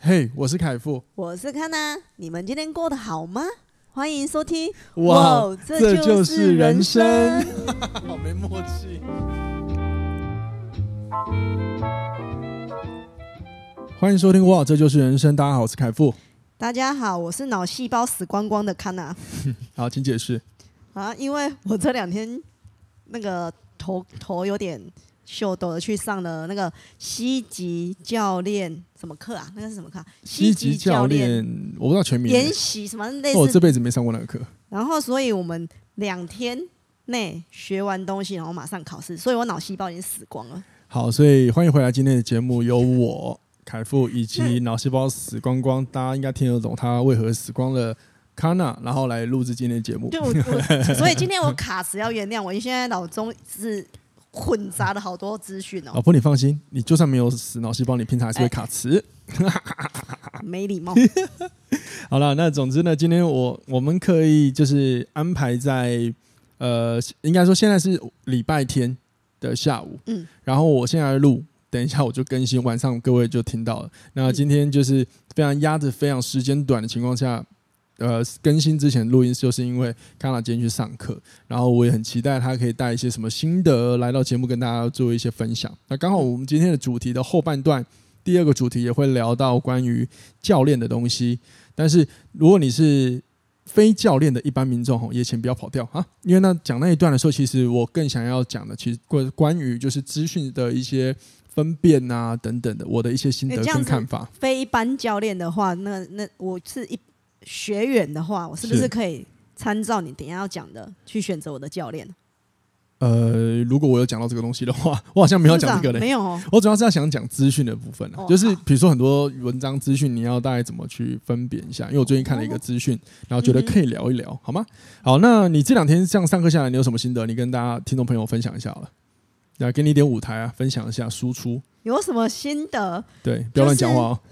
嘿，我是凯富， 我是康娜，你们今天过得好吗？欢迎收听。 哇，这就是人生， 好没默契。欢迎收听哇，这就是人生。大家好，我是凯富。 大家好，我是脑细胞死光光的康娜。 好，请解释。 因为我这2天那个头有点秀逗的，去上了那个西级教练什么课啊？那个是什么课？ 西级教练，我不知道全名。 研习什么类似？ 我这辈子没上过那个课。 然后，所以我们2天内学完东西，然后马上考试，所以我脑细胞已经死光了。 好，所以欢迎回来今天的节目，由我凯富以及脑细胞死光光，大家应该听得懂他为何死光了。康娜，然后来录制今天的节目。 所以今天我卡词要原谅我，因为现在脑中是混杂了好多资讯哦。 老婆，你放心，你就算没有死脑细胞，你平常还是会卡词。 没礼貌。 好了，那总之呢，今天我们可以就是安排在应该说现在是礼拜天的下午，然后我现在录，等一下我就更新，晚上各位就听到了。那今天就是非常压着非常时间短的情况下。更新之前录音，就是因为康娜今天去上课，然后我也很期待他可以带一些什么心得来到节目跟大家做一些分享。那刚好我们今天的主题的后半段，第2个主题也会聊到关于教练的东西。但是如果你是非教练的一般民众，也请不要跑掉啊！因为那讲那一段的时候，其实我更想要讲的，其实关于就是资讯的一些分辨啊等等的，我的一些心得跟看法。 非一般教练的话，那我是学员的话，我是不是可以参照你等一下要讲的去选择我的教练？ 如果我有讲到这个东西的话，我好像没有讲这个嘞， 没有哦。 我主要是要想讲资讯的部分就是比如说很多文章资讯，你要大概怎么去分辨一下？因为我最近看了一个资讯，然后觉得可以聊一聊，好吗？好，那你这2天这样上课下来，你有什么心得？你跟大家听众朋友分享一下好了。来，给你一点舞台啊，分享一下输出。 有什么心得？ 对，不要乱讲话哦。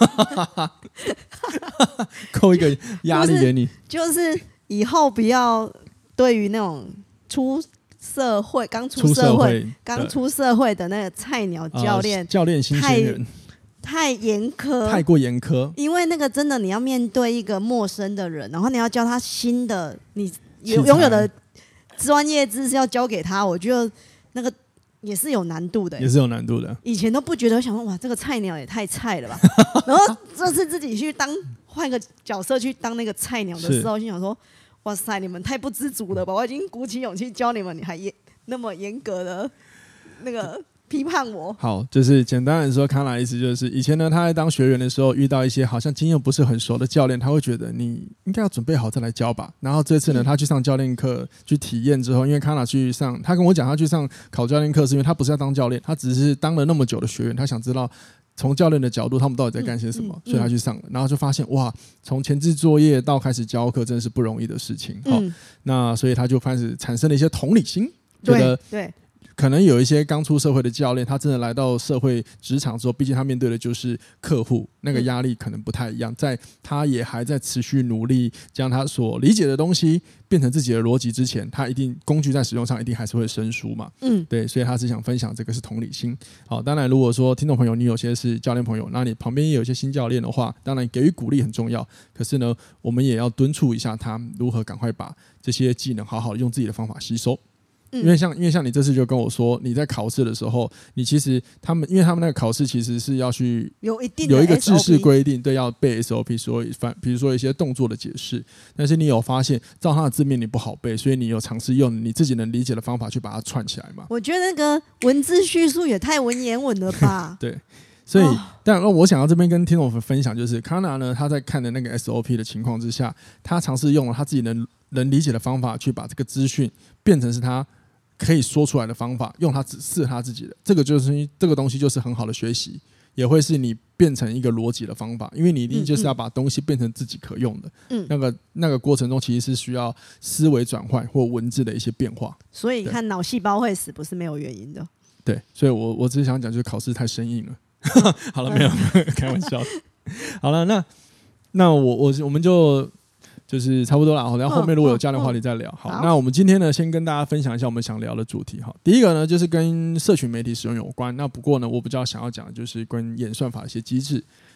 扣一个压力给你。 就是以后不要对于那种刚出社会的那个菜鸟教练， 教练新鲜人太严苛， 太过严苛。 因为那个真的你要面对一个陌生的人，然后你要教他新的你拥有的专业知识要教给他，我觉得那个也是有难度的， 也是有难度的。 以前都不觉得，想说哇，这个菜鸟也太菜了吧。然后这次自己去换个角色去当那个菜鸟的时候，心想说，哇塞，你们太不知足了吧！我已经鼓起勇气教你们，你还那么严格的那个批判我。 好，就是简单的说，康娜的意思就是，以前呢，他在当学员的时候，遇到一些好像经验不是很熟的教练，他会觉得你应该要准备好再来教吧。然后这次呢，他去上教练课去体验之后，因为康娜去上，他跟我讲，他去上考教练课，是因为他不是要当教练，他只是当了那么久的学员，他想知道从教练的角度，他们到底在干些什么，所以他去上了，然后就发现哇，从前置作业到开始教课，真的是不容易的事情。那所以他就开始产生了一些同理心，觉得对。可能有一些刚出社会的教练，他真的来到社会职场之后，毕竟他面对的就是客户，那个压力可能不太一样。在他也还在持续努力将他所理解的东西变成自己的逻辑之前，他一定工具在使用上一定还是会生疏嘛。对，所以他是想分享这个是同理心。好，当然如果说听众朋友你有些是教练朋友，那你旁边也有一些新教练的话，当然给予鼓励很重要。可是呢，我们也要敦促一下他如何赶快把这些技能好好用自己的方法吸收。因为像你这次就跟我说，你在考试的时候，你其实因为他们那个考试其实是要去有一个制式规定，对，要背 SOP， 比如说一些动作的解释，但是你有发现照它的字面你不好背，所以你有尝试用你自己能理解的方法去把它串起来嘛？ 我觉得那个文字叙述也太文言文了吧？ 对。所以，但我想要这边跟听众分享，就是康娜呢，他在看的那个 SOP 的情况之下，他尝试用了他自己能理解的方法去把这个资讯变成是他可以说出来的方法，用它只适合他自己的，这个东西就是很好的学习，也会是你变成一个逻辑的方法，因为你一定就是要把东西变成自己可用的。那个过程中其实是需要思维转换或文字的一些变化。所以你看，脑细胞会死不是没有原因的。 对，所以我只是想讲，就是考试太生硬了。好了，没有开玩笑。好了，那我们就是差不多了，然后后面如果有教练话题再聊。好，那我们今天呢，先跟大家分享一下我们想聊的主题。好，第一个呢，就是跟社群媒体使用有关。那不过呢，我比较想要讲的就是跟演算法的一些机制。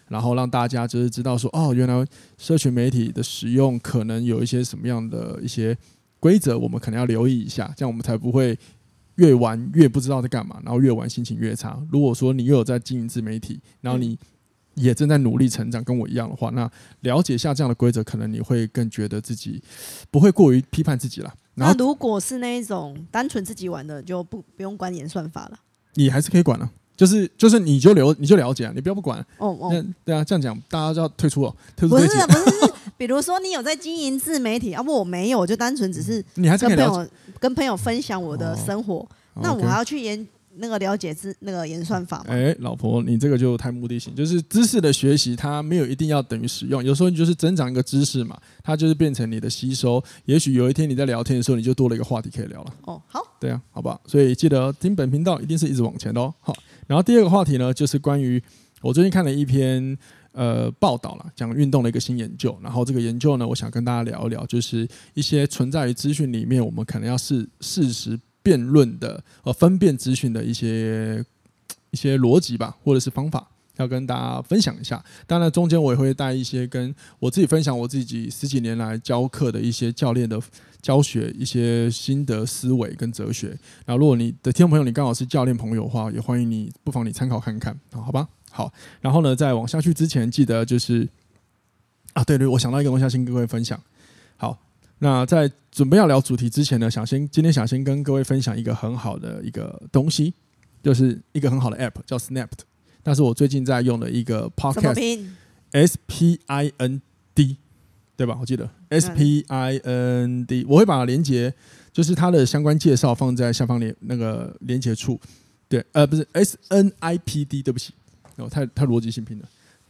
然后让大家就是知道说，哦，原来社群媒体的使用可能有一些什么样的一些规则，我们可能要留意一下，这样我们才不会越玩越不知道在干嘛，然后越玩心情越差。如果说你又有在经营自媒体，然后你也正在努力成长，跟我一样的话，那了解一下这样的规则，可能你会更觉得自己不会过于批判自己了。 那如果是那一种单纯自己玩的，就不用管演算法了。 你还是可以管了、就是你就了解啊，你不要不管。对啊，这样讲大家就要退出了，退出这一集。 不是，比如说你有在经营自媒体，我没有，我就单纯只是你还是可以跟朋友分享我的生活，那我还要去了解那个演算法吗？ 老婆，你这个就太目的性，就是知识的学习，它没有一定要等于使用，有时候你就是增长一个知识嘛，它就是变成你的吸收。也许有一天你在聊天的时候，你就多了一个话题可以聊了。 好， 对啊，好吧，所以记得听本频道一定是一直往前的哦。好，然后第二个话题呢，就是关于我最近看了一篇报道啦，讲运动的一个新研究。然后这个研究呢，我想跟大家聊一聊，就是一些存在于资讯里面，我们可能要事实辩论的分辨资讯的一些逻辑吧，或者是方法，要跟大家分享一下。当然中间我也会带一些跟我自己分享我自己10几年来教课的一些教练的教学一些心得思维跟哲学。然后如果你的听众朋友你刚好是教练朋友的话，也欢迎你不妨你参考看看，好吧？好，然后呢在往下去之前，记得就是对，我想到一个东西要先跟各位分享。好，那在准备要聊主题之前呢，今天想先跟各位分享一个很好的一个东西，就是一个很好的 App 叫 Snapped， 那是我最近在用的一个 Podcast， SPIND， 对吧？我记得 SPIND， 我会把连结就是它的相关介绍放在下方那个连结处。对，不是 SNIPD， 对不起，太逻辑性拼了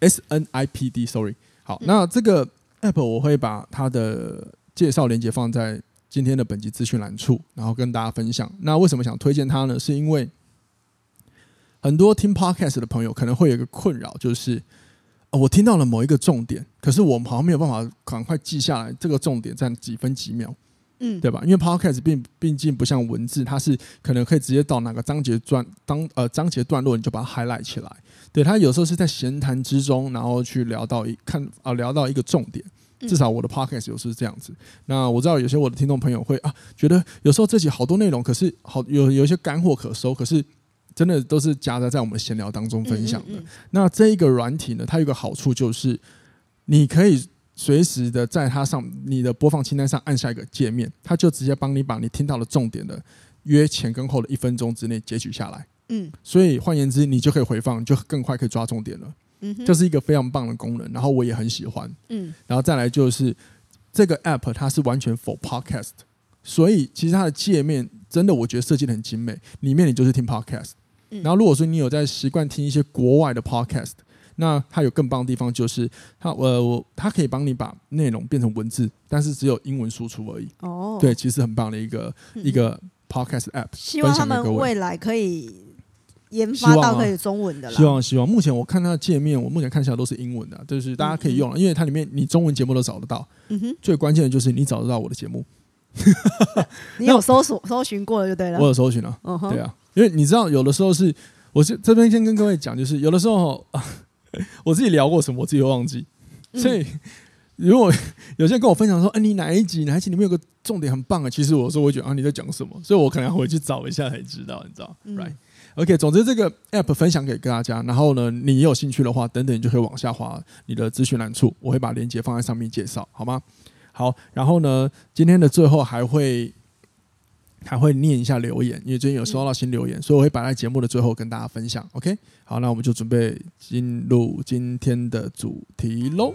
，SNIPD， sorry。好，那这个 App 我会把它的介绍连结放在今天的本集资讯栏处，然后跟大家分享。那为什么想推荐它呢？是因为很多听 Podcast 的朋友可能会有一个困扰，就是我听到了某一个重点，可是我好像没有办法赶快记下来这个重点在几分几秒，对吧？因为 Podcast 毕竟不像文字，它是可能可以直接到哪个章节段落你就把它 highlight 起来。对，它有时候是在闲谈之中，然后去聊到一个重点。至少我的 podcast 有时是这样子。那我知道有些我的听众朋友会觉得有时候这集好多内容，可是有一些干货可收，可是真的都是夹杂在我们闲聊当中分享的。那这一个软体呢，它有一个好处就是你可以随时的在它上你的播放清单上按下一个界面，它就直接帮你把你听到的重点的约前跟后的1分钟之内截取下来。所以换言之，你就可以回放，就更快可以抓重点了。这是一个非常棒的功能，然后我也很喜欢。然后再来就是这个 App 它是完全 for podcast， 所以其实它的界面真的我觉得设计得很精美，里面你就是听 podcast。然后如果说你有在习惯听一些国外的 podcast， 那它有更棒的地方就是它可以帮你把内容变成文字，但是只有英文输出而已。对，其实很棒的一个 podcast App。 希望他们未来可以研发到可以中文的啦。 希望。目前我看它的界面，我目前看起来都是英文的，就是大家可以用了，因为它里面你中文节目都找得到。最关键的就是你找得到我的节目。 你有搜寻过了就对了。 我有搜寻了，对啊，因为你知道有的时候是，我这边先跟各位讲，就是有的时候我自己聊过什么，我自己会忘记，所以如果有些人跟我分享说，你哪一集里面有个重点很棒啊，其实我说我觉得你在讲什么，所以我可能要回去找一下才知道，你知道 ？Right？OK， 总之这个 App 分享给大家，然后呢，你有兴趣的话，等等你就可以往下滑你的资讯栏处，我会把链接放在上面介绍，好吗？好，然后呢，今天的最后还会念一下留言，因为最近有收到新留言，所以我会摆在节目的最后跟大家分享。OK， 好，那我们就准备进入今天的主题喽。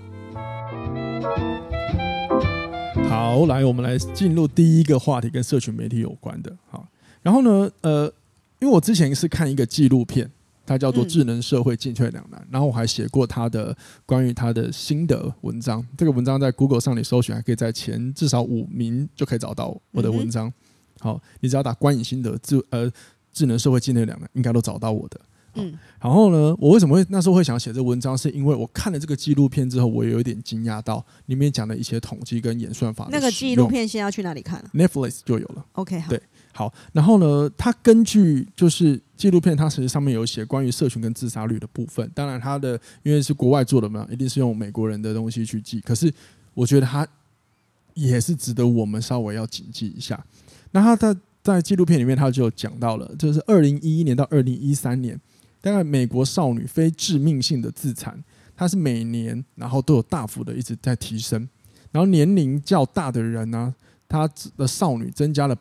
好，来，我们来进入第一个话题，跟社群媒体有关的。好，然后呢，因为我之前是看一个纪录片，它叫做《智能社会进退两难》，然后我还写过关于他的心得文章。这个文章在 Google 上你搜寻，还可以在前至少5名就可以找到我的文章。好，你只要打观影心得智能社会进退两难，应该都找到我的。然后呢，我为什么会那时候会想写这个文章，是因为我看了这个纪录片之后，我有一点惊讶到里面讲的一些统计跟演算法的使用。 那个纪录片现在要去哪里看？ Netflix 就有了。 OK， 好。 对，好。然后呢，它根据就是纪录片它其实上面有写关于社群跟自杀率的部分，当然它的因为是国外做的嘛，一定是用美国人的东西去记，可是我觉得它也是值得我们稍微要谨记一下。那它在纪录片里面它就讲到了，就是2011年到2013年，大概美国少女非致命性的自残，它是每年然后都有大幅的一直在提升，然后年龄较大的人呢、她的少女增加了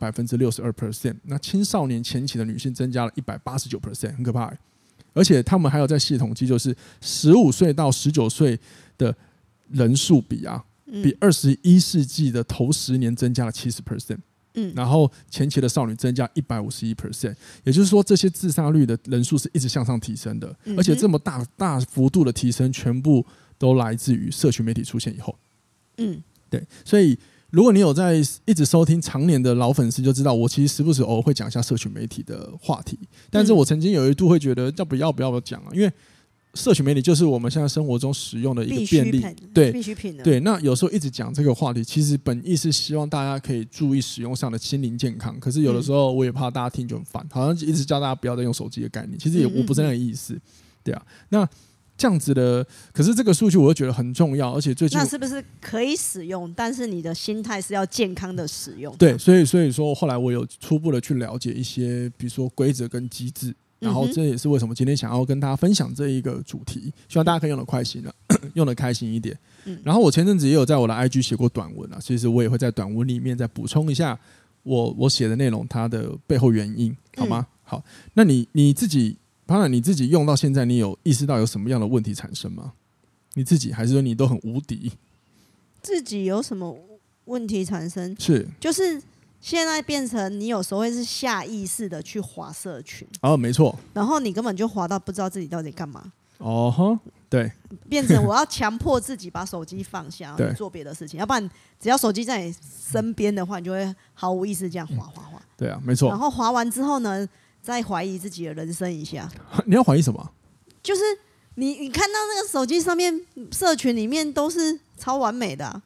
62%，那青少年前期的女性增加了189%，很可怕。而且他们还有在系统计，就是15岁到19岁的人数比比21世纪的头10年增加了70%。然后前期的少女增加151%，也就是说这些自杀率的人数是一直向上提升的，而且这么大幅度的提升，全部都来自于社群媒体出现以后。对，所以如果你有在一直收听常年的老粉丝，就知道我其实时不时偶尔会讲一下社群媒体的话题，但是我曾经有一度会觉得要不要讲因为社群媒体就是我们现在生活中使用的一个便利，对， 必需品。 对，那有时候一直讲这个话题，其实本意是希望大家可以注意使用上的心灵健康。可是有的时候我也怕大家听就很烦，好像一直叫大家不要再用手机的概念，其实我不是那个意思，对啊。那这样子的，可是这个数据我又觉得很重要，而且最近那是不是可以使用？但是你的心态是要健康的使用。 对，所以说后来我有初步的去了解一些，比如说规则跟机制。然后这也是为什么今天想要跟大家分享这一个主题，希望大家可以用得开心用得开心一点。然后我前阵子也有在我的 IG 写过短文其实我也会在短文里面再补充一下我写的内容它的背后原因，好吗？好，那你自己，当然你自己用到现在，你有意识到有什么样的问题产生吗？你自己还是说你都很无敌？ 自己有什么问题产生？ 是， 就是现在变成你有时候会是下意识的去滑社群， 没错， 然后你根本就滑到不知道自己到底干嘛。 对， 变成我要强迫自己把手机放下，然后做别的事情，要不然只要手机在你身边的话，你就会毫无意识这样滑。 对啊，没错。 然后滑完之后呢，再怀疑自己的人生一下。 你要怀疑什么？ 就是你看到那个手机上面社群里面都是超完美的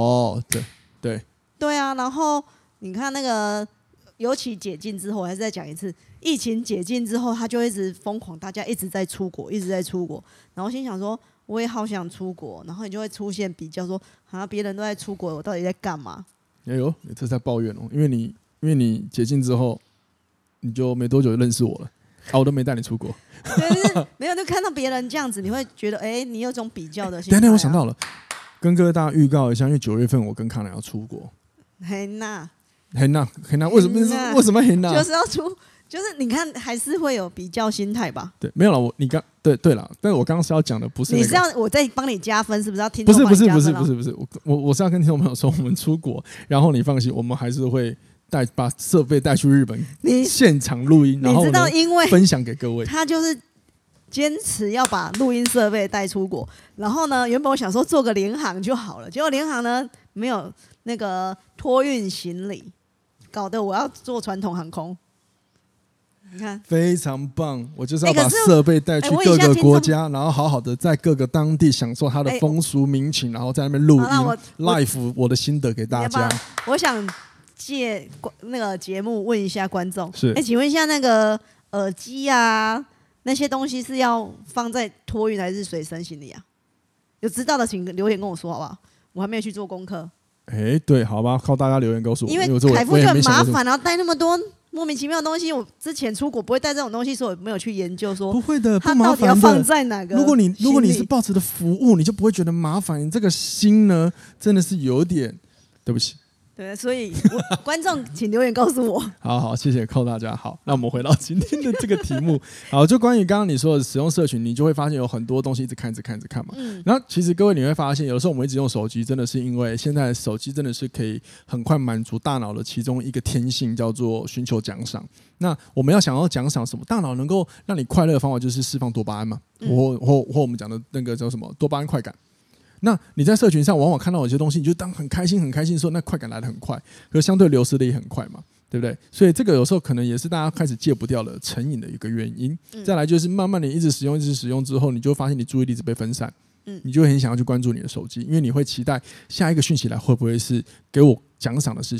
对啊，然后你看那个，尤其解禁之后，我还是再讲一次，疫情解禁之后，他就一直疯狂，大家一直在出国，然后心想说，我也好想出国，然后你就会出现比较说，别人都在出国，我到底在干嘛？ 你这是在抱怨因为你解禁之后，你就没多久就认识我了我都没带你出国。 对，就是没有，就看到别人这样子，你会觉得，你有种比较的心态。 等，我想到了，跟各位大家预告一下，因为9月份我跟康乃要出国。 嘿娜， 为什么嘿娜？ 就是要就是你看还是会有比较心态吧？ 对，没有了，你刚对了，但是我刚刚是要讲的不是你是要我在帮你加分，是不是要听？ 不是，我是要跟听众朋友说，我们出国，然后你放心，我们还是会把设备带去日本，现场录音，然后你知道，因为分享给各位， 他就是坚持要把录音设备带出国，然后呢，原本我想说做个联航就好了，结果联航呢没有那个托运行李，搞得我要坐传统航空。你看， 非常棒！我就是要把设备带去各个国家，然后好好的在各个当地享受它的风俗民情，然后在那边录音 live 我的心得给大家。 我想借那个节目问一下观众， 是请问一下那个耳机啊那些东西是要放在托运还是随身行李啊？有知道的请留言跟我说好不好？我还没有去做功课。 对，好吧，靠大家留言告诉我。 因为凯夫就很麻烦，然后带那么多莫名其妙的东西。我之前出国不会带这种东西，所以我没有去研究说不会的， 它到底要放在哪个。 如果你是抱持的服务，你就不会觉得麻烦。你这个心呢，真的是有点对不起。 对，所以观众请留言告诉我。 好，谢谢寇大家。好，那我们回到今天的这个题目。好，就关于刚刚你说的使用社群，你就会发现有很多东西一直看嘛。然后其实各位你会发现，有的时候我们一直用手机，真的是因为现在手机真的是可以很快满足大脑的其中一个天性，叫做寻求奖赏。那我们想要奖赏什么？大脑能够让你快乐的方法就是释放多巴胺嘛，或我们讲的那个叫什么多巴胺快感。那你在社群上往往看到有些东西，你就当很开心的时候，那快感来得很快，可是相对流失的也很快嘛，对不对？所以这个有时候可能也是大家开始戒不掉的成瘾的一个原因。再来就是慢慢的一直使用之后，你就会发现你注意力一直被分散，你就会很想要去关注你的手机，因为你会期待下一个讯息来会不会是给我奖赏的事情。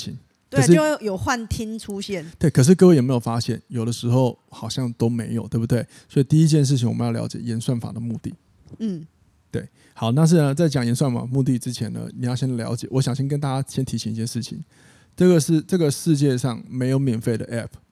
对，就会有幻听出现。 对，可是各位有没有发现，有的时候好像都没有，对不对？所以第一件事情我们要了解演算法的目的。对。好，但是呢，在讲演算法目的之前呢，你要先了解。我想先跟大家先提醒一件事情，这个世界上没有免费的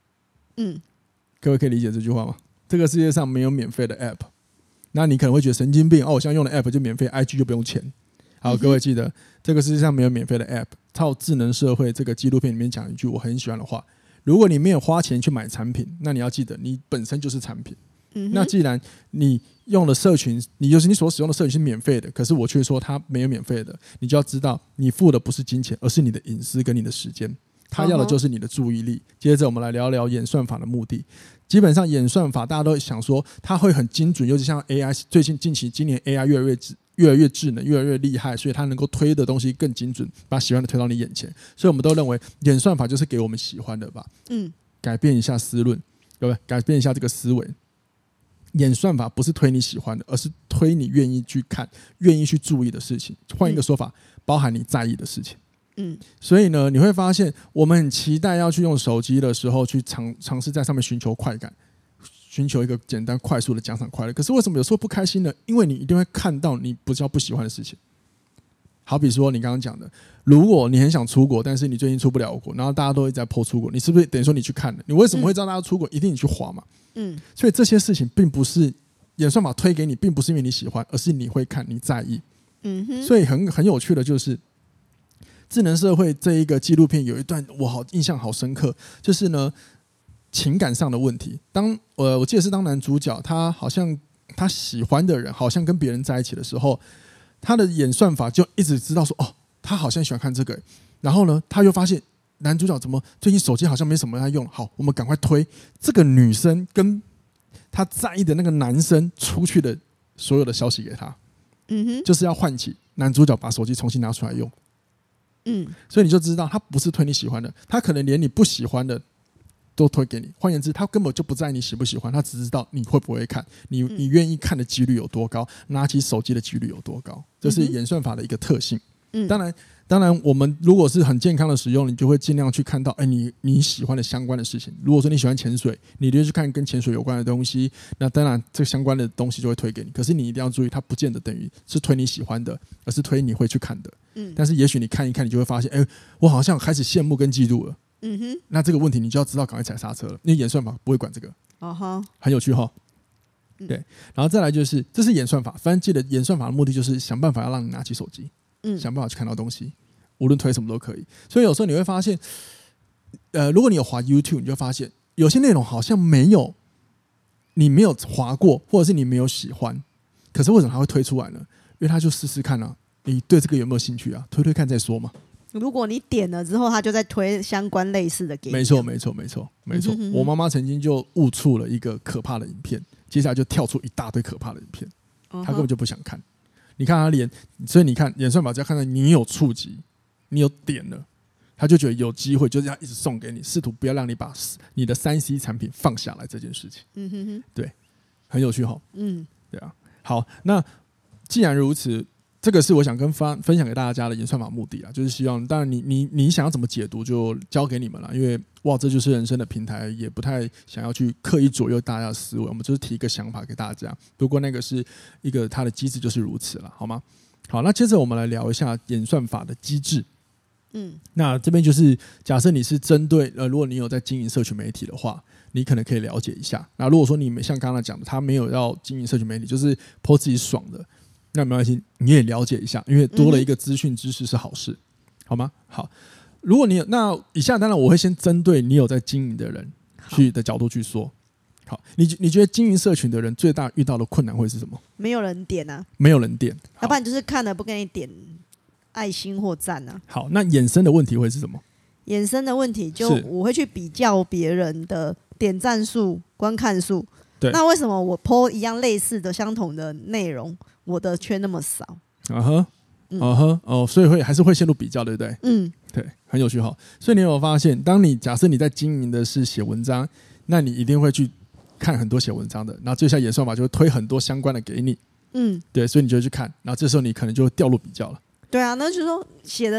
App。各位可以理解这句话吗？这个世界上没有免费的 App。那你可能会觉得神经病哦，我现在用的 App 就免费 ，IG 就不用钱。好，各位记得，这个世界上没有免费的 App。超智能社会这个纪录片里面讲一句我很喜欢的话：如果你没有花钱去买产品，那你要记得你本身就是产品。那既然你用的社群，你所使用的社群是免费的，可是我却说它没有免费的，你就要知道，你付的不是金钱，而是你的隐私跟你的时间。它要的就是你的注意力。接着我们来聊聊演算法的目的。基本上演算法大家都想说它会很精准，尤其像 AI， 今年 AI 越来越智能，越来越厉害，所以它能够推的东西更精准，把喜欢的推到你眼前。所以我们都认为演算法就是给我们喜欢的吧。改变一下思论，对不对？改变一下这个思维。演算法不是推你喜欢的，而是推你愿意去看、愿意去注意的事情。换一个说法，包含你在意的事情。所以呢，你会发现我们很期待要去用手机的时候去尝试在上面寻求快感，寻求一个简单快速的奖赏快乐。可是为什么有时候不开心呢？因为你一定会看到你不叫不喜欢的事情。好比说你刚刚讲的，如果你很想出国，但是你最近出不了国，然后大家都一直在 po 出国，你是不是等于说你去看了？你为什么会知道大家出国？一定你去滑嘛。所以这些事情并不是演算法推给你，并不是因为你喜欢，而是你会看，你在意。所以很有趣的就是智能社会这一个纪录片有一段我印象好深刻，就是呢情感上的问题。我记得是当男主角他好像他喜欢的人好像跟别人在一起的时候，他的演算法就一直知道说哦，他好像喜欢看这个，然后呢他又发现男主角怎么最近手机好像没什么人在用，好，我们赶快推这个女生跟他在意的那个男生出去的所有的消息给他。就是要唤起男主角把手机重新拿出来用。所以你就知道他不是推你喜欢的，他可能连你不喜欢的都推给你。换言之，他根本就不在意你喜不喜欢，他只知道你会不会看，你愿意看的几率有多高，拿起手机的几率有多高，这是演算法的一个特性。当然我们如果是很健康的使用，你就会尽量去看到你喜欢的相关的事情。如果说你喜欢潜水，你就去看跟潜水有关的东西，那当然这相关的东西就会推给你。可是你一定要注意，它不见得等于是推你喜欢的，而是推你会去看的。但是也许你看一看，你就会发现我好像开始羡慕跟嫉妒了。那这个问题你就要知道赶快踩刹车了，因为演算法不会管这个。很有趣齁。对，然后再来就是这是演算法，反正记得演算法的目的就是想办法要让你拿起手机，想办法去看到东西，无论推什么都可以。所以有时候你会发现如果你有滑 YouTube， 你就会发现有些内容好像你没有滑过，或者是你没有喜欢，可是为什么它会推出来呢？因为它就试试看啊，你对这个有没有兴趣啊？推推看再说嘛。 如果你点了之后，他就在推相关类似的给你。 没错。我妈妈曾经就误触了一个可怕的影片，接下来就跳出一大堆可怕的影片，她根本就不想看。你看她所以你看演算法只要看到你有触及，你有点了，他就觉得有机会，就是要一直送给你，试图不要让你把你的 3C 产品放下来这件事情。对，很有趣齁。对啊。好，那既然如此，这个是我想分享给大家的演算法目的啦，就是希望，当然你想要怎么解读就交给你们了，因为这就是人生的平台，也不太想要去刻意左右大家的思维，我们就是提一个想法给大家。不过那个是一个它的机制就是如此了，好吗？好，那接着我们来聊一下演算法的机制。那这边就是假设你是针对如果你有在经营社群媒体的话，你可能可以了解一下。那如果说你像刚才讲的，他没有要经营社群媒体，就是 po 自己爽的，那没关系，你也了解一下，因为多了一个资讯知识是好事，好吗？好，如果你有，那以下当然我会先针对你有在经营的人的角度去说。好，你觉得经营社群的人最大遇到的困难会是什么？ 没有人点啊， 没有人点， 要不然就是看了不给你点爱心或赞啊。 好，那衍生的问题会是什么？ 衍生的问题就我会去比较别人的点赞数、观看数。对，那为什么我 po 一样类似的相同的内容，我的却那么少？所以还是会陷入比较，对不对？对，很有趣齁。所以你有没有发现，假设你在经营的是写文章，那你一定会去看很多写文章的，然后接下来演算法就会推很多相关的给你。对，所以你就会去看，然后这时候你可能就会掉入比较了。对啊，那就是说写的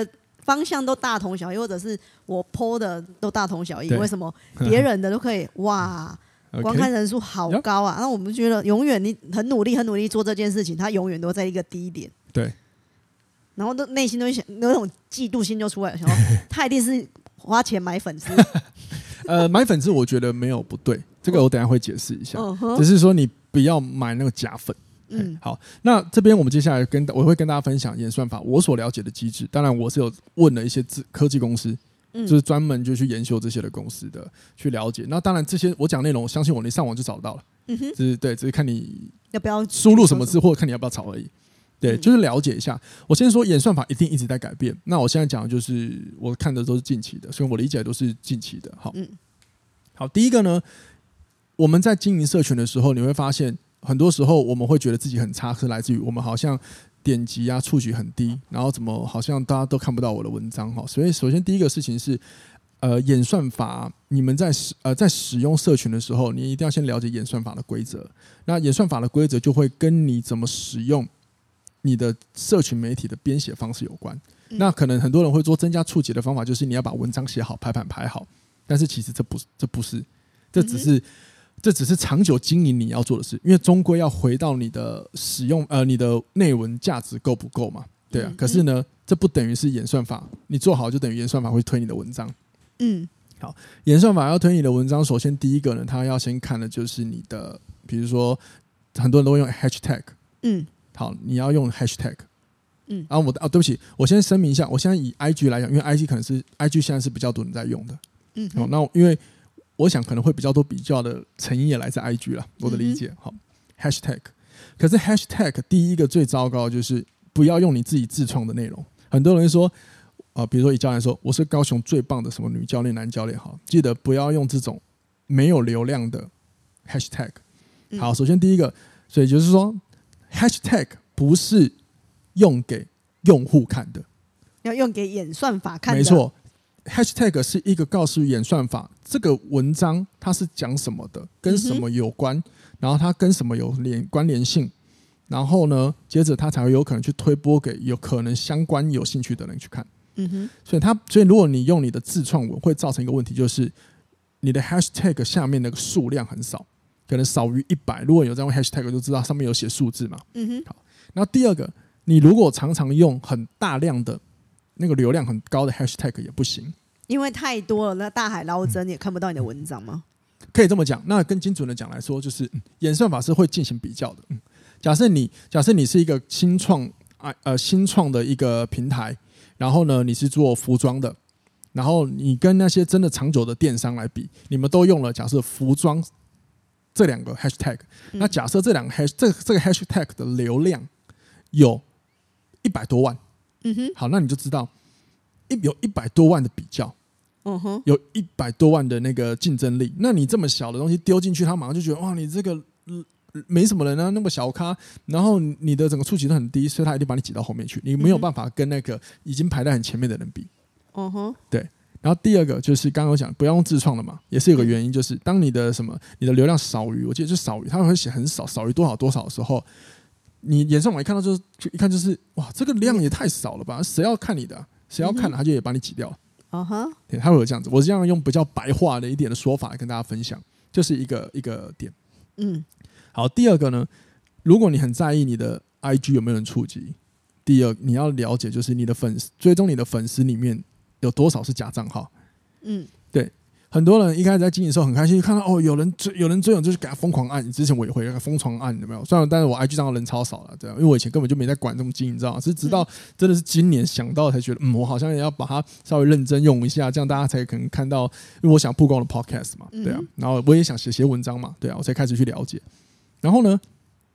方向都大同小异，或者是我 po 的都大同小异，为什么别人的都可以哇？观看人数好高啊！那我们觉得永远你很努力做这件事情，他永远都在一个低点。 对。 然后内心都想有那种嫉妒心就出来了，想说他一定是花钱买粉丝。 买粉丝我觉得没有不对，这个我等一下会解释一下。只是说你不要买那个假粉。好，那这边我们接下来我会跟大家分享演算法我所了解的机制。当然我是有问了一些科技公司。就是专门就去研究这些的公司的去了解，那当然这些我讲内容，相信我，你上网就找到了。只是看你要不要输入什么字，或者看你要不要炒而已。对，就是了解一下。我先说演算法一定一直在改变。那我现在讲的就是我看的都是近期的，所以我理解都是近期的。好，第一个呢，我们在经营社群的时候，你会发现很多时候我们会觉得自己很差，是来自于我们好像点击啊触及很低，然后怎么好像大家都看不到我的文章哈。所以首先第一个事情是，演算法，你们在使用社群的时候，你一定要先了解演算法的规则。那演算法的规则就会跟你怎么使用你的社群媒体的编写方式有关。那可能很多人会说增加触及的方法就是你要把文章写好，排版排好，但是其实这不是，这只是长久经营你要做的事，因为终归要回到你的使用，你的内文价值够不够嘛？对啊。可是呢，这不等于是演算法，你做好就等于演算法会推你的文章。好，演算法要推你的文章，首先第一个呢，他要先看的就是你的，比如说很多人都会用 hashtag。好，你要用 hashtag。然后对不起，我先声明一下，我现在以 IG 来讲，因为 IG 现在是比较多人在用的。好，那因为我想可能会比较多比较的成因也来自 IG 啦，我的理解。好 ，hashtag， 可是 hashtag 第一个最糟糕的就是不要用你自己自创的内容。很多人说，比如说以教练说，我是高雄最棒的什么女教练、男教练，好，记得不要用这种没有流量的 hashtag。好，首先第一个，所以就是说 hashtag 不是用给用户看的， 要用给演算法看的。 没错。hashtag 是一个告诉演算法这个文章它是讲什么的，跟什么有关，然后它跟什么有关联性，然后呢，接着它才会有可能去推播给有可能相关有兴趣的人去看。所以如果你用你的自创文，会造成一个问题，就是你的 hashtag 下面那个数量很少，可能少于100。如果有在用 hashtag 就知道上面有写数字嘛。好，然后第二个，你如果常常用很大量的那个流量很高的 hashtag 也不行，因为太多了，那大海捞针也看不到你的文章吗？ 可以这么讲。那更精准的讲来说，就是演算法是会进行比较的。假设你是一个新创的一个平台，然后呢你是做服装的，然后你跟那些真的长久的电商来比，你们都用了假设服装这2个 hashtag，那假设这个 hashtag 的流量有100多万。好，那你就知道有100多万的比较，有100多万的那个竞争力。那你这么小的东西丢进去，他马上就觉得哇，你这个没什么人啊，那么小咖，然后你的整个触及都很低，所以他一定把你挤到后面去，你没有办法跟那个已经排在很前面的人比。对。然后第二个就是刚刚有讲不要用自创的嘛，也是有个原因，就是当你的流量少于，我记得就少于，他会写很少，少于多少多少的时候，你演算法一看就是哇，这个量也太少了吧？谁要看你的？谁要看他就也把你挤掉了。对，他会有这样子。我这样用比较白话的一点的说法来跟大家分享，就是一个点。好，第二个呢，如果你很在意你的 IG 有没有人触及，第二你要了解就是你的追踪你的粉丝里面有多少是假账号。对。很多人一开始在经营的时候很开心，看到有人追，就是给他疯狂按。之前我也会疯狂按，有没有？虽然但是我 IG 账号人超少了，这样，因为我以前根本就没在管这种经营，你知道吗？是直到真的是今年想到才觉得，我好像也要把它稍微认真用一下，这样大家才可能看到。因为我想曝光的 podcast 嘛，对啊，然后我也想写文章嘛，对啊，我才开始去了解。然后呢，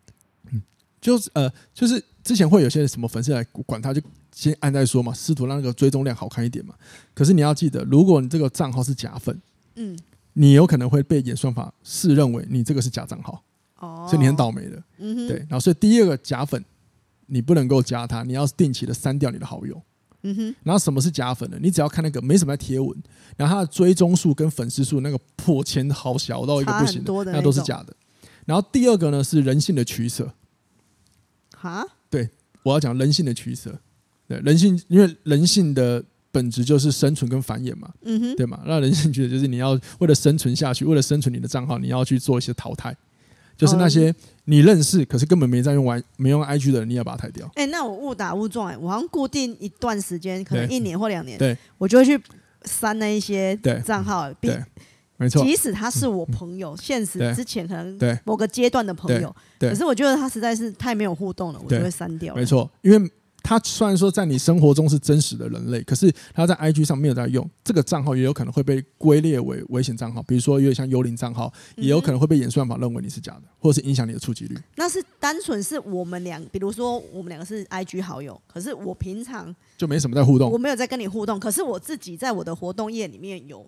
就是之前会有些什么粉丝来管他，就先按再说嘛，试图让那个追踪量好看一点嘛。可是你要记得，如果你这个账号是假粉，你有可能会被演算法视认为你这个是假账号，所以你很倒霉的。对，然后所以第二个假粉，你不能够加他，你要定期的删掉你的好友。然后什么是假粉呢？你只要看那个没什么在贴文，然后他的追踪数跟粉丝数那个破千好小到一个不行的，那都是假的。然后第二个呢是人性的取舍。对，我要讲人性的取舍。对，因为人性的本质就是生存跟繁衍嘛，对嘛？那人性觉得就是你要为了生存下去，为了生存你的账号，你要去做一些淘汰，就是那些你认识可是根本没在用没用 IG 的人，你要把它汰掉。 那我误打误撞我好像固定一段时间，可能1年或2年， 对， 我就会去删那一些账号， 对，没错。 即使他是我朋友，现实之前可能某个阶段的朋友， 对， 可是我觉得他实在是太没有互动了，我就会删掉了。 没错，因为他虽然说在你生活中是真实的人类，可是他在 IG 上没有在用，这个账号也有可能会被归列为危险账号，比如说有点像幽灵账号，也有可能会被演算法认为你是假的，或者是影响你的触及率。 那是单纯是我们比如说我们两个是 IG 好友，可是我平常就没什么在互动， 我没有在跟你互动，可是我自己在我的活动页里面有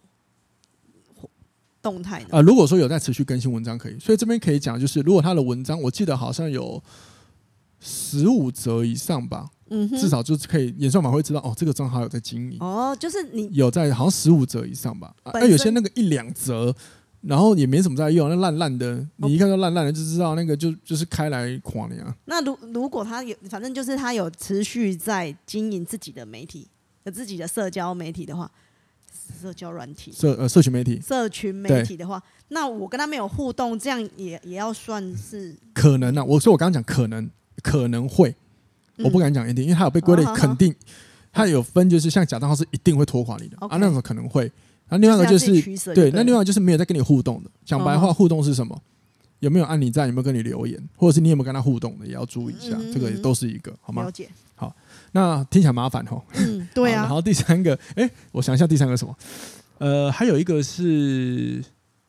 动态如果说有在持续更新文章可以，所以这边可以讲就是，如果他的文章我记得好像有15则以上吧。至少就是可以，演算法会知道这个账号有在经营就是你有在好像15则以上吧。有些那个1-2则，然后也没什么在用，那烂烂的，你一看到烂烂的就知道那个就是开来垮你啊。 那如果他有，反正就是他有持续在经营自己的媒体、自己的社交媒体的话，社交软体、 社群媒体、 社群媒体的话，那我跟他没有互动，这样也要算是可能啊。所以我刚刚讲可能会。我不敢讲一定，因为它有被归类，肯定它有分，就是像假账号是一定会拖垮你的那种可能会。另外一个就是对，那另外就是没有在跟你互动的。讲白话，互动是什么？有没有按你赞？有没有跟你留言？或者是你有没有跟他互动的？也要注意一下，这个也都是一个，好吗？ 了解。 好，那听起来麻烦哦。 对啊。 然后第3个，我想一下第3个什么？还有一个是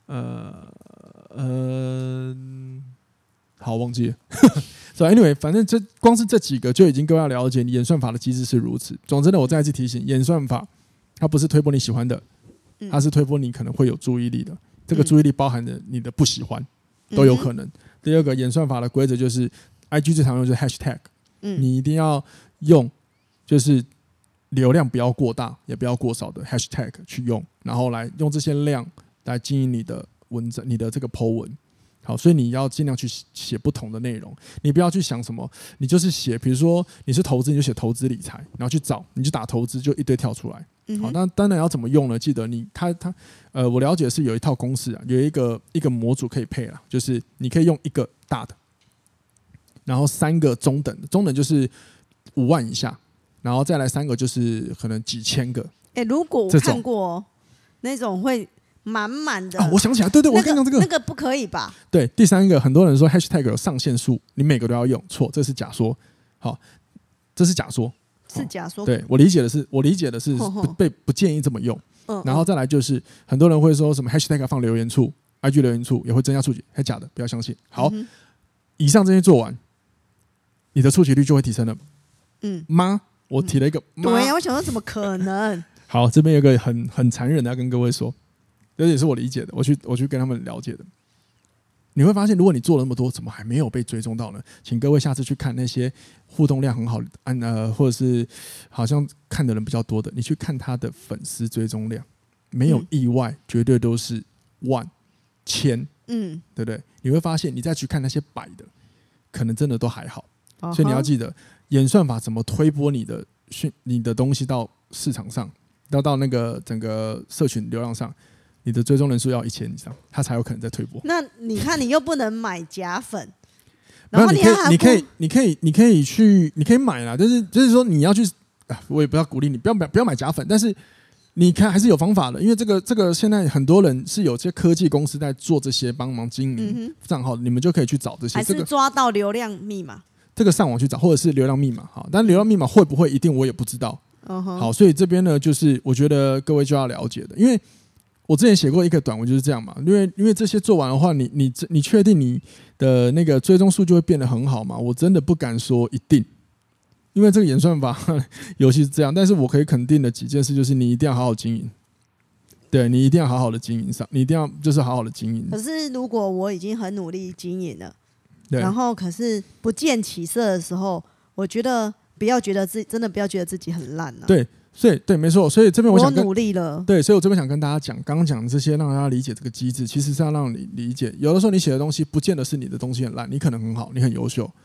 好，忘记了。So anyway， 反正光是这几个就已经够要了解演算法的机制是如此。总之呢，我再一次提醒，演算法它不是推播你喜欢的，它是推播你可能会有注意力的。这个注意力包含着你的不喜欢，都有可能。第二个，演算法的规则就是 IG 最常用就是 hashtag，你一定要用就是流量不要过大也不要过少的 hashtag 去用，然后来用这些量来经营你的文章，你的这个 po 文。好，所以你要尽量去写不同的内容，你不要去想什么，你就是写，比如说你是投资，你就写投资理财，然后去找，你就打投资，就一堆跳出来。好，那当然要怎么用呢？记得我了解是有一套公式啊，有一个模组可以配啦，就是你可以用一个大的，然后3个中等的，中等就是5万以下，然后再来3个就是可能几千个。 如果我看过那种会满满的我想起来，对，我跟你讲这个那个不可以吧？ 对，第3个，很多人说 hashtag 有上限数，你每个都要用，错，这是假说。好，这是假说， 是假说。 对，我理解的是不建议这么用。然后再来就是很多人会说什么 hashtag 放留言处 ，IG 留言处也会增加触及，还假的，不要相信。好，以上这些做完，你的触及率就会提升了。妈，我提了一个妈。 对呀，我想说怎么可能？ 好，这边有一个很残忍的要跟各位说。这也是我理解的，我去跟他们了解的。你会发现，如果你做了那么多，怎么还没有被追踪到呢？请各位下次去看那些互动量很好或者是好像看的人比较多的，你去看他的粉丝追踪量，没有意外，绝对都是1,000、1000，对不对？你会发现，你再去看那些100的，可能真的都还好。所以你要记得，演算法怎么推播你的东西到市场上，到那个整个社群流量上。你的追踪人数要1000以上，他才有可能在推播。 那你看，你又不能买假粉，然后你可以买啦，就是说你要去，我也不要鼓励你不要买假粉，但是你看还是有方法的，因为这个现在很多人是有些科技公司在做这些帮忙经营账号，你们就可以去找这些， 还是抓到流量密码， 这个上网去找，或者是流量密码好，但流量密码会不会一定我也不知道。好，所以这边呢，就是我觉得各位就要了解的，因为。我之前写过一个短文就是这样嘛，因为这些做完的话，你确定你的那个追踪数就会变得很好吗？我真的不敢说一定，因为这个演算法游戏是这样。但是我可以肯定的几件事就是，你一定要好好经营，对你一定要好好的经营上，你一定要就是好好的经营。 可是如果我已经很努力经营了，然后可是不见起色的时候，我觉得真的不要觉得自己很烂啊。 对。所以对，没错。所以这边我想努力了。 对，所以我这边想跟大家讲，刚刚讲这些，让大家理解这个机制，其实是要让你理解，有的时候你写的东西不见得是你的东西很烂，你可能很好，你很优秀，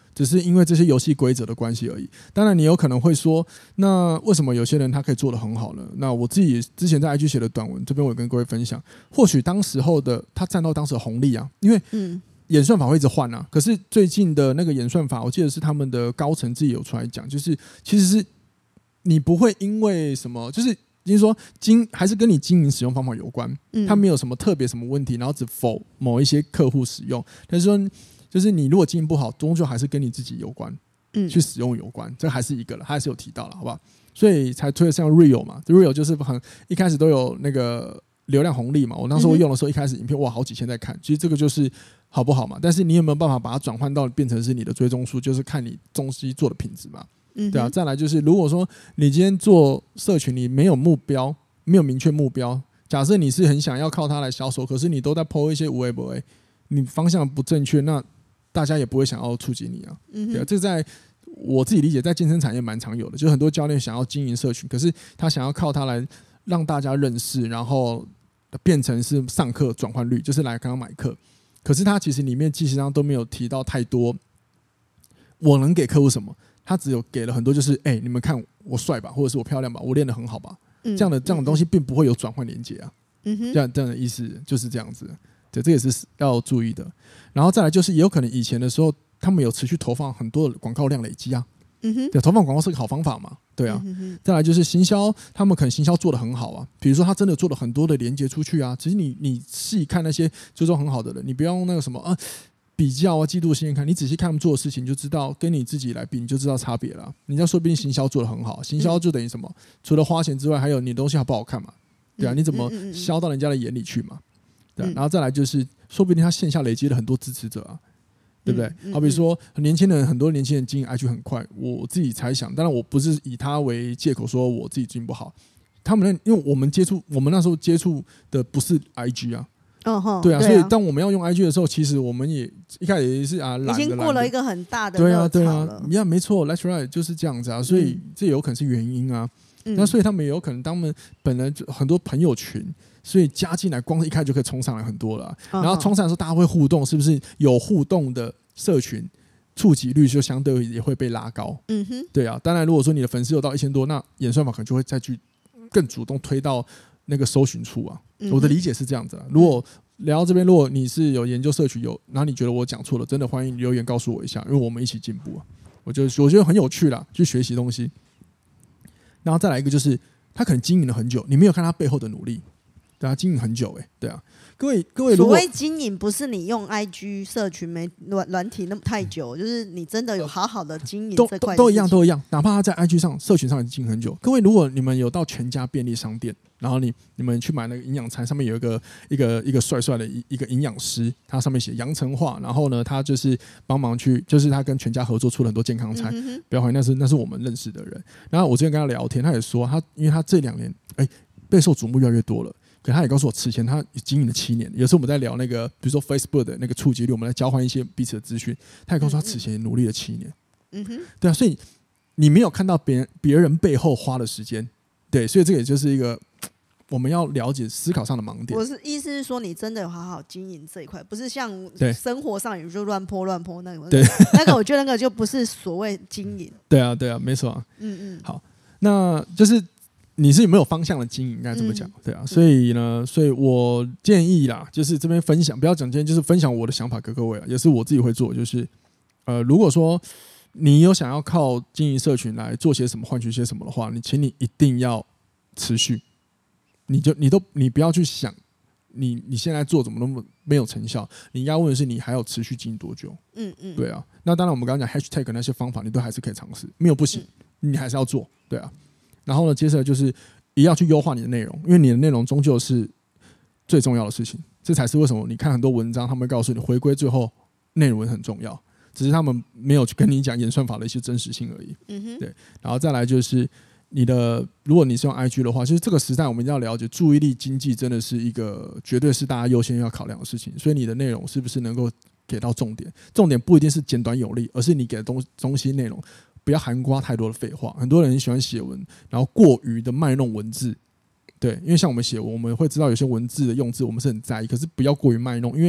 只是因为这些游戏规则的关系而已。当然你有可能会说，那为什么有些人他可以做得很好呢？那我自己之前在 IG 写的短文，这边我也跟各位分享，或许当时候的他占到当时的红利啊，因为演算法会一直换啊。可是最近的那个演算法，我记得是他们的高层自己有出来讲，就是其实是你不会因为什么，就是说还是跟你经营使用方法有关，它没有什么特别什么问题，然后只否某一些客户使用。但是说，就是你如果经营不好，终究还是跟你自己有关，去使用有关，这还是一个了，他还是有提到了，好不好？所以才推了像 Real 嘛 ，Real 就是一开始都有那个流量红利嘛。我那时候用的时候，一开始影片哇好几千在看，其实这个就是好不好嘛？但是你有没有办法把它转换到变成是你的追踪数，就是看你东西做的品质嘛。对啊，再来就是，如果说你今天做社群，你没有目标，没有明确目标，假设你是很想要靠它来销售，可是你都在 po 一些无为不为，你方向不正确，那大家也不会想要触及你啊。对啊，这个在我自己理解，在健身产业蛮常有的，就是很多教练想要经营社群，可是他想要靠它来让大家认识，然后变成是上课转换率，就是来刚刚买课，可是他其实里面其实上都没有提到太多我能给客户什么。他只有给了很多，就是你们看我帅吧，或者是我漂亮吧，我练得很好吧，这样的东西并不会有转换连接啊。这样的意思就是这样子，对，这也是要注意的。然后再来就是，也有可能以前的时候，他们有持续投放很多的广告量累积啊。对，投放广告是个好方法嘛，对啊。再来就是行销，他们可能行销做得很好啊，比如说他真的做了很多的连接出去啊。其实你细看那些追踪很好的人，你不要用那个什么比较啊、嫉妒心看，你仔细看他们做的事情，就知道跟你自己来比，你就知道差别了。你要说不定行销做得很好，行销就等于什么？除了花钱之外，还有你的东西好不好看嘛？对啊，你怎么销到人家的眼里去嘛？对啊，然后再来就是，说不定他线下累积了很多支持者啊，对不对？好比说，很多年轻人经营 IG 很快，我自己猜想，当然我不是以他为借口说我自己经营不好，因为我们那时候接触的不是 IG 啊。对啊，所以当我们要用 IG 的时候，其实我们也一开始也是已经过了一个很大的对啊，没错 ，That's right， 就是这样子啊，所以这有可能是原因啊。那所以他们也有可能，他们本来就很多朋友群，所以加进来，光是一开始就可以冲上来很多了。然后冲上来的时候，大家会互动，是不是有互动的社群，触及率就相对也会被拉高？对啊。当然，如果说你的粉丝有到1000多，那演算法可能就会再去更主动推到那个搜寻处啊。我的理解是这样子啦。如果聊到这边，如果你是有研究社群然后你觉得我讲错了，真的欢迎留言告诉我一下，因为我们一起进步啊。我觉得很有趣啦，去学习东西。然后再来一个就是，他可能经营了很久，你没有看他背后的努力，对啊，经营很久对啊。各位， 所谓经营不是你用 IG 社群软体那么太久，就是你真的有好好的经营这块都一样，哪怕他在 IG 上社群上已经经营很久。各位，如果你们有到全家便利商店，然后你们去买那个营养餐，上面有一个帅帅的一个营养师，他上面写阳城话，然后呢，他就是帮忙就是他跟全家合作出了很多健康餐，不要怀疑，那是我们认识的人。然后我之前跟他聊天，他也说因为他这2年备受瞩目越来越多了。可他也告诉我，此前他经营了7年。有时候我们在聊那个，比如说 Facebook 的那个触及率，我们来交换一些彼此的资讯。他也告诉他，此前也努力了7年。对啊，所以你没有看到别人背后花的时间，对，所以这个也就是一个我们要了解思考上的盲点。 我是意思是说，你真的有好好经营这一块，不是像生活上你就乱泼那个。对，那个我觉得那个就不是所谓经营。 对啊，没错啊。好，那就是。你是有没有方向的经营？应该这么讲，对啊，所以我建议啦，就是这边分享，不要讲今天，就是分享我的想法给各位啊，也是我自己会做，就是如果说你有想要靠经营社群来做些什么，换取些什么的话，请你一定要持续，你不要去想你现在做怎么那么没有成效，你应该问的是你还要持续经营多久？对啊，那当然我们刚刚讲 hashtag 那些方法，你都还是可以尝试，没有不行，你还是要做，对啊。然后呢，接下来就是也要去优化你的内容，因为你的内容终究是最重要的事情。这才是为什么你看很多文章，他们会告诉你回归最后内容很重要，只是他们没有去跟你讲演算法的一些真实性而已。对。然后再来就是如果你是用 IG 的话，就是这个时代我们一定要了解，注意力经济真的是一个绝对是大家优先要考量的事情。所以你的内容是不是能够给到重点？重点不一定是简短有力，而是你给的东西内容。不要含刮太多的废话，很多人很喜欢写文，然后过于的卖弄文字，对，因为像我们写文，我们会知道有些文字的用字我们是很在意，可是不要过于卖弄，因为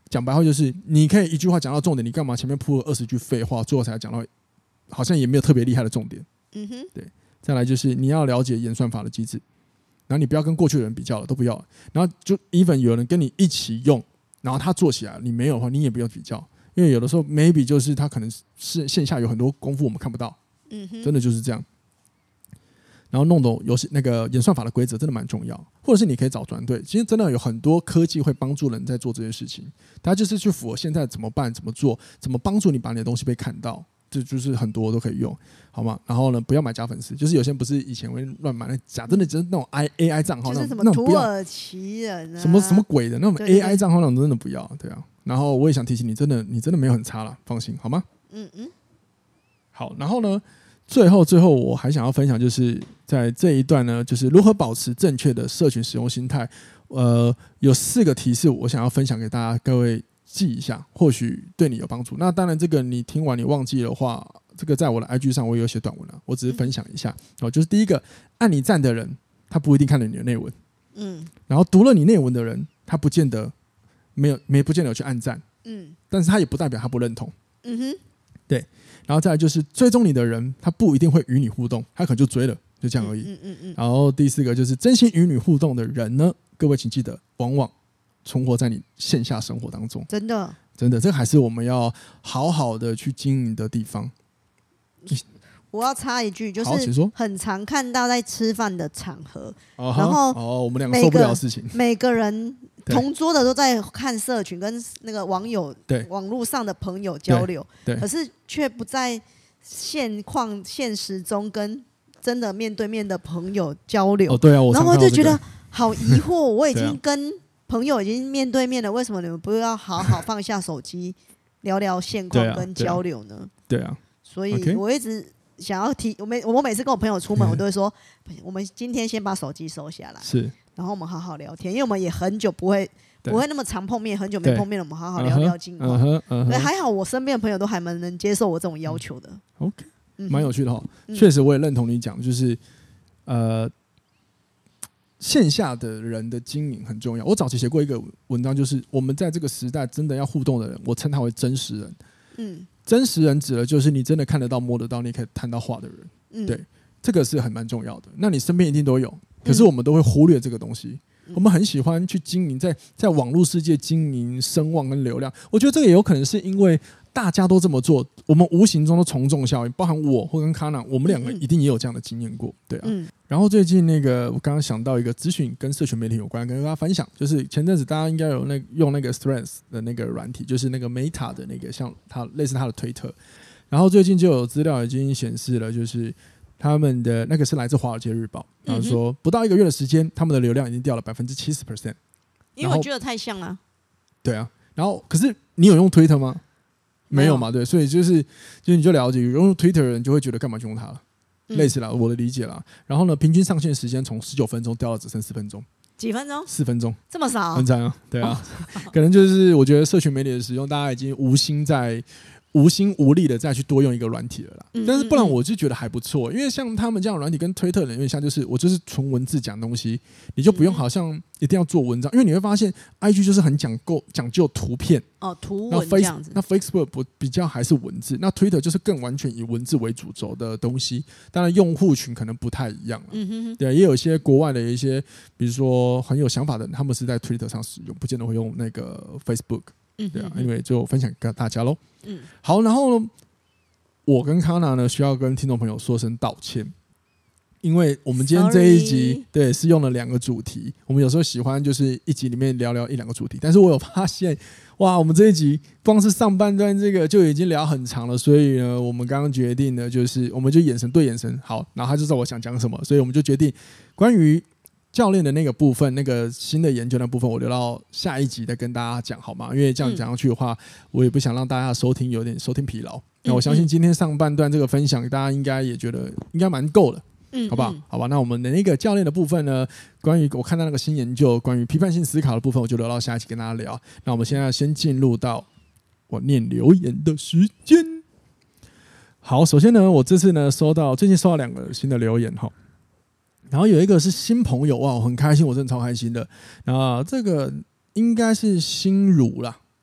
讲白话就是你可以一句话讲到重点，你干嘛前面铺了20句废话，最后才讲到好像也没有特别厉害的重点。对。再来就是你要了解演算法的机制，然后你不要跟过去的人比较了，都不要了。然后就 even 有人跟你一起用，然后他做起来，你没有的话，你也不要比较，因为有的时候 maybe 就是他可能是线下有很多功夫我们看不到，真的就是这样。然后弄懂游戏那个演算法的规则真的蛮重要，或者是你可以找团队，其实真的有很多科技会帮助人在做这件事情，它就是去符合现在怎么办、怎么做、怎么帮助你把你的东西被看到。这就是很多都可以用，好吗？然后呢，不要买假粉丝，就是有些人不是以前会乱买那假，真的只是那种 AI 账号， 就是什么土耳其人啊， 什么鬼的那种 AI 账号，那种真的不要，对啊。然后我也想提醒你，你真的没有很差了，放心，好吗？好，然后呢，最后我还想要分享，就是在这一段呢，就是如何保持正确的社群使用心态。有4个提示，我想要分享给大家，各位记一下，或许对你有帮助。那当然，这个你听完你忘记的话，这个在我的 IG 上我有写短文了，我只是分享一下。就是第一个，按你赞的人，他不一定看了你的内文，然后读了你内文的人，他不见得不见得有去按赞，但是他也不代表他不认同，对。然后再来就是追踪你的人，他不一定会与你互动，他可能就追了，就这样而已。然后第4个就是真心与你互动的人呢，各位请记得，往往存活在你线下生活当中，真的，这还是我们要好好的去经营的地方。 我要插一句，就是很常看到在吃饭的场合，然后我们两个受不了的事情， 每个人同桌的都在看社群，跟那个网友、网络上的朋友交流，可是却不在现实中跟真的面对面的朋友交流。 对啊， 然后我就觉得好疑惑，我已经跟朋友已经面对面了，为什么你们不要好好放下手机，聊聊现况跟交流呢？ 对啊， 所以我一直想要我每次跟我朋友出门，我都会说，我们今天先把手机收下来，是，然后我们好好聊天，因为我们也很久不会那么常碰面，很久没碰面了，我们好好聊聊近况。对，还好我身边的朋友都还蛮能接受我这种要求的。 OK， 蛮有趣的哈，确实我也认同你讲，就是线下的人的经营很重要。我早期写过一个文章，就是我们在这个时代真的要互动的人，我称他为真实人。真实人指的就是你真的看得到、摸得到、你可以谈到话的人。对，这个是蛮重要的。那你身边一定都有，可是我们都会忽略这个东西。我们很喜欢去经营在网络世界经营声望跟流量。我觉得这个也有可能是因为大家都这么做，我们无形中的从众效应，包含我或跟康娜，我们两个一定也有这样的经验过，对啊。然后最近我刚刚想到一个资讯跟社群媒体有关，跟大家分享，就是前阵子大家应该有用那个 Threads 的那个软体，就是那个 Meta 的那个像它类似它的推特，然后最近就有资料已经显示了，就是他们的那个是来自华尔街日报，然后说不到1个月的时间，他们的流量已经掉了70%， 因为我觉得太像了。 对啊，然后可是你有用推特吗？没有嘛，对，所以就是你就了解，用 Twitter 的人就会觉得干嘛去用它了。类似啦，我的理解啦。然后呢，平均上线时间从19分钟掉到只剩4分钟。 几分钟 ？4分钟， 这么少？ 很惨啊，对啊。可能就是我觉得社群媒体的使用，大家已经无心无力的再去多用一个软体了啦。但是不然我就觉得还不错，因为像他们这样的软体跟推特的有点像，就是我就是纯文字讲东西，你就不用好像一定要做文章，因为你会发现 IG 就是很讲究图片图文这样子。 那 Facebook 比较还是文字，那 Twitter 就是更完全以文字为主轴的东西。当然用户群可能不太一样了，对，也有一些国外的一些，比如说很有想法的人，他们是在 Twitter 上使用，不见得会用那个 Facebook。对啊，因为就分享给大家咯。好，然后呢，我跟康娜呢需要跟听众朋友说声道歉，因为我们今天这一集对是用了2个主题。我们有时候喜欢就是一集里面聊聊1-2个主题，但是我有发现，哇，我们这一集光是上半段这个就已经聊很长了，所以呢，我们刚刚决定呢，就是我们就眼神对眼神，好，然后他就知道我想讲什么，所以我们就决定关于教练的那个部分，那个新的研究的部分，我留到下一集再跟大家讲好吗？因为这样讲下去的话，我也不想让大家收听有点收听疲劳。那我相信今天上半段这个分享，大家应该也觉得应该蛮够的，好不好？好吧，那我们的那个教练的部分呢，关于我看到那个新研究，关于批判性思考的部分，我就留到下一集跟大家聊。那我们现在先进入到我念留言的时间。好，首先呢，我这次呢最近收到2个新的留言哈。然后有一个是新朋友，哇，我很开心，我真的超开心的。然后这个应该是心如啦，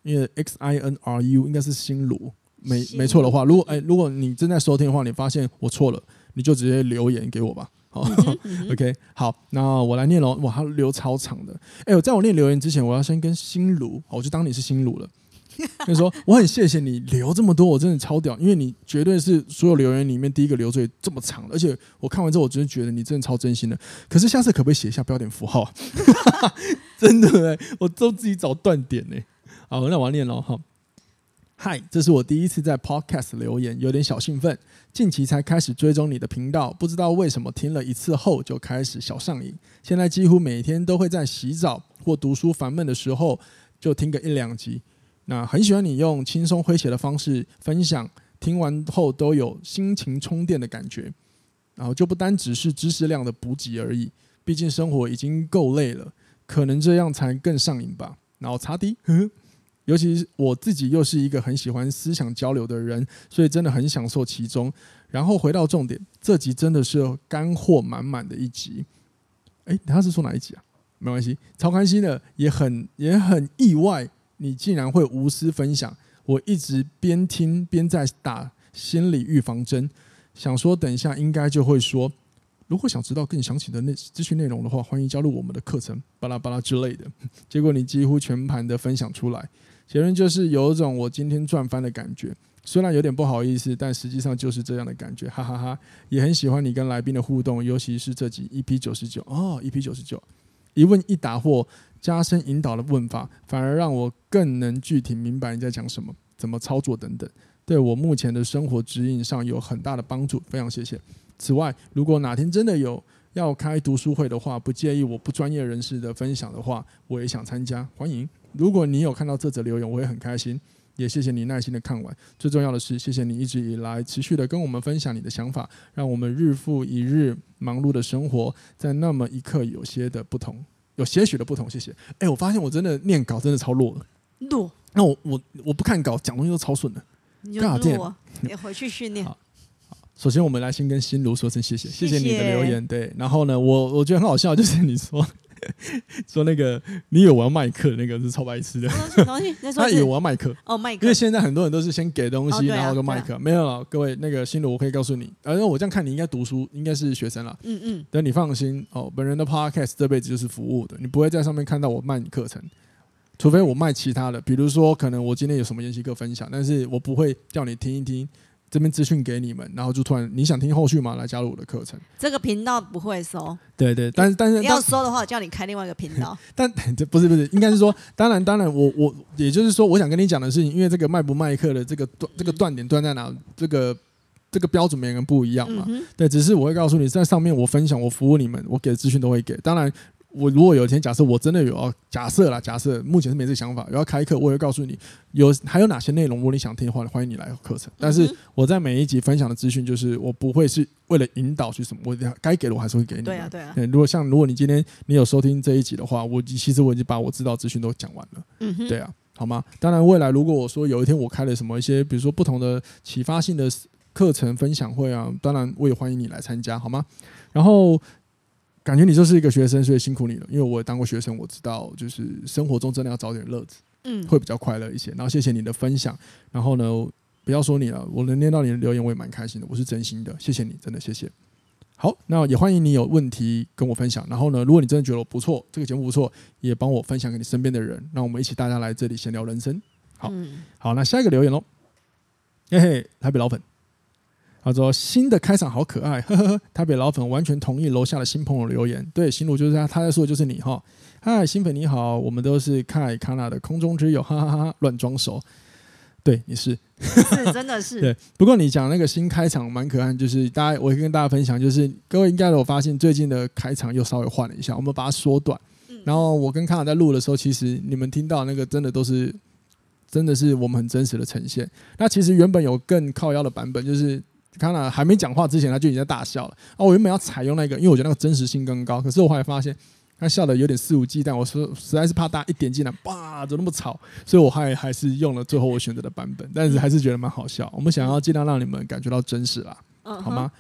因为 XINRU 应该是新卢，没错的话，如果你正在收听的话，你发现我错了，你就直接留言给我吧。OK， 好，那我来念咯。哇，他留超长的。在我念留言之前，我要先跟新卢，我就当你是新卢了。就是说，我很谢谢你留这么多，我真的超屌，因为你绝对是所有留言里面第一个留最这么长的，而且我看完之后，我真的觉得你真的超真心的。可是下次可不可以写一下标点符号？真的我都自己找断点呢。好，那我要念了哈。嗨，这是我第一次在 Podcast 留言，有点小兴奋。近期才开始追踪你的频道，不知道为什么听了一次后就开始小上瘾，现在几乎每天都会在洗澡或读书烦闷的时候就听个1-2集。那很喜欢你用轻松诙谐的方式分享，听完后都有心情充电的感觉，然后就不单只是知识量的补给而已，毕竟生活已经够累了，可能这样才更上瘾吧。然后擦滴，尤其我自己又是一个很喜欢思想交流的人，所以真的很享受其中。然后回到重点，这集真的是干货满满的一集。他是说哪一集啊？没关系，超开心的，也很意外。你竟然会无私分享，我一直边听边在打心理预防针，想说等一下应该就会说，如果想知道更详细的资讯内容的话，欢迎加入我们的课程，巴拉巴拉之类的。结果你几乎全盘的分享出来，结论就是有一种我今天赚翻的感觉，虽然有点不好意思，但实际上就是这样的感觉，哈哈哈。也很喜欢你跟来宾的互动，尤其是这集 EP99 EP99，一问一答或加深引导的问法，反而让我更能具体明白你在讲什么，怎么操作等等，对我目前的生活指引上有很大的帮助，非常谢谢。此外，如果哪天真的有要开读书会的话，不介意我不专业人士的分享的话，我也想参加，欢迎。如果你有看到这则留言，我会很开心，也谢谢你耐心的看完。最重要的是，谢谢你一直以来持续的跟我们分享你的想法，让我们日复一日忙碌的生活，在那么一刻有些许的不同，谢谢。我发现我真的念稿真的超弱了，那我不看稿讲东西都超顺的， 你就录啊，也回去训练。 首先我们来先跟心如说声谢谢，谢谢你的留言。对，然后呢，我觉得很好笑，就是你说那个你以为我要卖课，那个是超白痴的。他以为我要卖课卖课， 因为现在很多人都是先给东西，然后就卖课。没有了，各位那个心如，我可以告诉你，因为我这样看你应该读书，应该是学生了。但你放心本人的 podcast 这辈子就是服务的，你不会在上面看到我卖你课程，除非我卖其他的，比如说可能我今天有什么研习课分享，但是我不会叫你听一听。这边资讯给你们，然后就突然你想听后续吗？来加入我的课程。这个频道不会收，对，但是要收的话，我叫你开另外一个频道。但这不是，应该是说，当然，我也就是说，我想跟你讲的事情，因为这个卖不卖课的这个断点断在哪，这个标准每个人不一样嘛。对，只是我会告诉你，在上面我分享，我服务你们，我给的资讯都会给。当然。我如果有一天假设我真的有要假设目前是没这个想法，有要开课，我也会告诉你还有哪些内容，如果你想听的话，欢迎你来课程。但是我在每一集分享的资讯，就是我不会是为了引导去什么，我该给的我还是会给你。对啊。如果你今天你有收听这一集的话，其实我已经把我知道资讯都讲完了。对啊，好吗？当然未来如果我说有一天我开了什么一些，比如说不同的启发性的课程分享会啊，当然我也欢迎你来参加，好吗？然后。感觉你就是一个学生，所以辛苦你了。因为我也当过学生，我知道就是生活中真的要找点乐子，会比较快乐一些。然后谢谢你的分享。然后呢，不要说你了，我能念到你的留言，我也蛮开心的，我是真心的，谢谢你，真的谢谢。好，那也欢迎你有问题跟我分享。然后呢，如果你真的觉得我不错，这个节目不错，也帮我分享给你身边的人，让我们一起大家来这里闲聊人生。好，那下一个留言咯。嘿嘿，台北老粉。他说新的开场好可爱，呵呵呵。台北老粉完全同意楼下的新朋友留言，对，新路就是他在说的就是你哈。嗨，新粉你好，我们都是凯卡纳的空中之友，哈哈哈，乱装熟。对，你是真的是对。不过你讲那个新开场蛮可爱，就是我会跟大家分享，就是各位应该有发现最近的开场又稍微换了一下，我们把它缩短。然后我跟卡纳在录的时候，其实你们听到那个真的是我们很真实的呈现。那其实原本有更靠腰的版本，就是康纳还没讲话之前，他就已经在大笑了。我原本要采用那个，因为我觉得那个真实性更高。可是我后来发现，他笑的有点肆无忌惮。我说实在是怕大家一点进来，怎么那么吵？所以我还是用了最后我选择的版本，但是还是觉得蛮好笑。我们想要尽量让你们感觉到真实啦，好吗？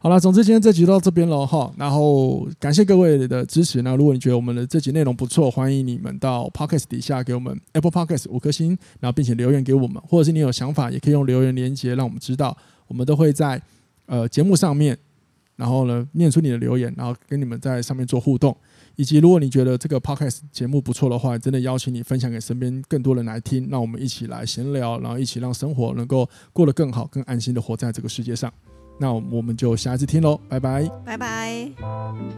好啦，总之今天这集就到这边了哈，然后感谢各位的支持。那如果你觉得我们的这集内容不错，欢迎你们到 Podcast 底下给我们 Apple Podcast 5颗星，然后并且留言给我们，或者是你有想法也可以用留言连结让我们知道，我们都会在节目上面，然后呢念出你的留言，然后跟你们在上面做互动。以及如果你觉得这个 podcast 节目不错的话，真的邀请你分享给身边更多人来听，让我们一起来闲聊，然后一起让生活能够过得更好更安心的活在这个世界上。那我们就下一次听咯，拜拜拜拜。